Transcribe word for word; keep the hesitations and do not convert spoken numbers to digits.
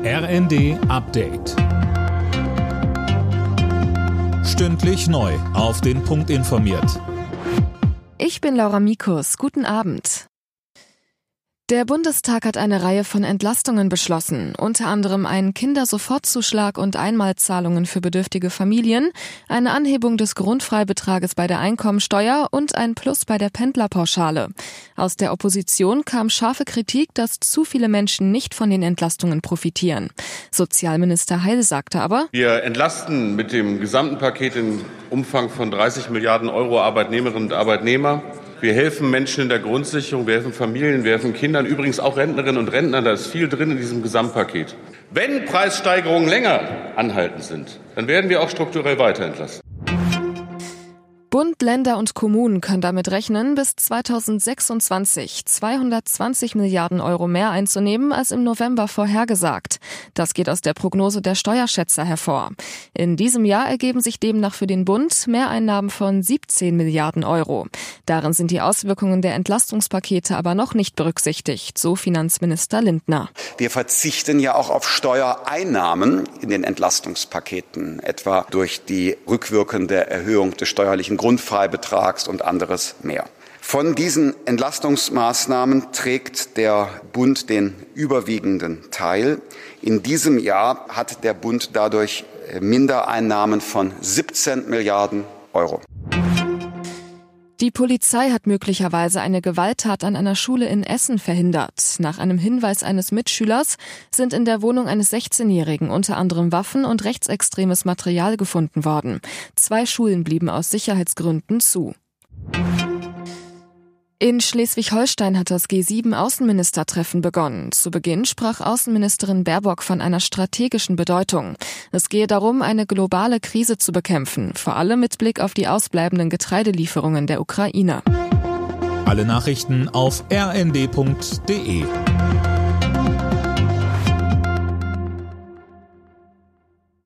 R N D Update. Stündlich neu auf den Punkt informiert. Ich bin Laura Mikus. Guten Abend. Der Bundestag hat eine Reihe von Entlastungen beschlossen, unter anderem einen Kindersofortzuschlag und Einmalzahlungen für bedürftige Familien, eine Anhebung des Grundfreibetrages bei der Einkommensteuer und ein Plus bei der Pendlerpauschale. Aus der Opposition kam scharfe Kritik, dass zu viele Menschen nicht von den Entlastungen profitieren. Sozialminister Heil sagte aber: Wir entlasten mit dem gesamten Paket im Umfang von dreißig Milliarden Euro Arbeitnehmerinnen und Arbeitnehmer. Wir helfen Menschen in der Grundsicherung, wir helfen Familien, wir helfen Kindern, übrigens auch Rentnerinnen und Rentnern. Da ist viel drin in diesem Gesamtpaket. Wenn Preissteigerungen länger anhaltend sind, dann werden wir auch strukturell weiter entlasten. Bund, Länder und Kommunen können damit rechnen, bis zweitausendsechsundzwanzig zweihundertzwanzig Milliarden Euro mehr einzunehmen als im November vorhergesagt. Das geht aus der Prognose der Steuerschätzer hervor. In diesem Jahr ergeben sich demnach für den Bund Mehreinnahmen von siebzehn Milliarden Euro. Darin sind die Auswirkungen der Entlastungspakete aber noch nicht berücksichtigt, so Finanzminister Lindner. Wir verzichten ja auch auf Steuereinnahmen in den Entlastungspaketen, etwa durch die rückwirkende Erhöhung des steuerlichen Grundfreibetrags und anderes mehr. Von diesen Entlastungsmaßnahmen trägt der Bund den überwiegenden Teil. In diesem Jahr hat der Bund dadurch Mindereinnahmen von siebzehn Milliarden Euro. Die Polizei hat möglicherweise eine Gewalttat an einer Schule in Essen verhindert. Nach einem Hinweis eines Mitschülers sind in der Wohnung eines sechzehnjährigen unter anderem Waffen und rechtsextremes Material gefunden worden. Zwei Schulen blieben aus Sicherheitsgründen zu. In Schleswig-Holstein hat das G sieben Außenministertreffen begonnen. Zu Beginn sprach Außenministerin Baerbock von einer strategischen Bedeutung. Es gehe darum, eine globale Krise zu bekämpfen, vor allem mit Blick auf die ausbleibenden Getreidelieferungen der Ukraine. Alle Nachrichten auf r n d punkt d e.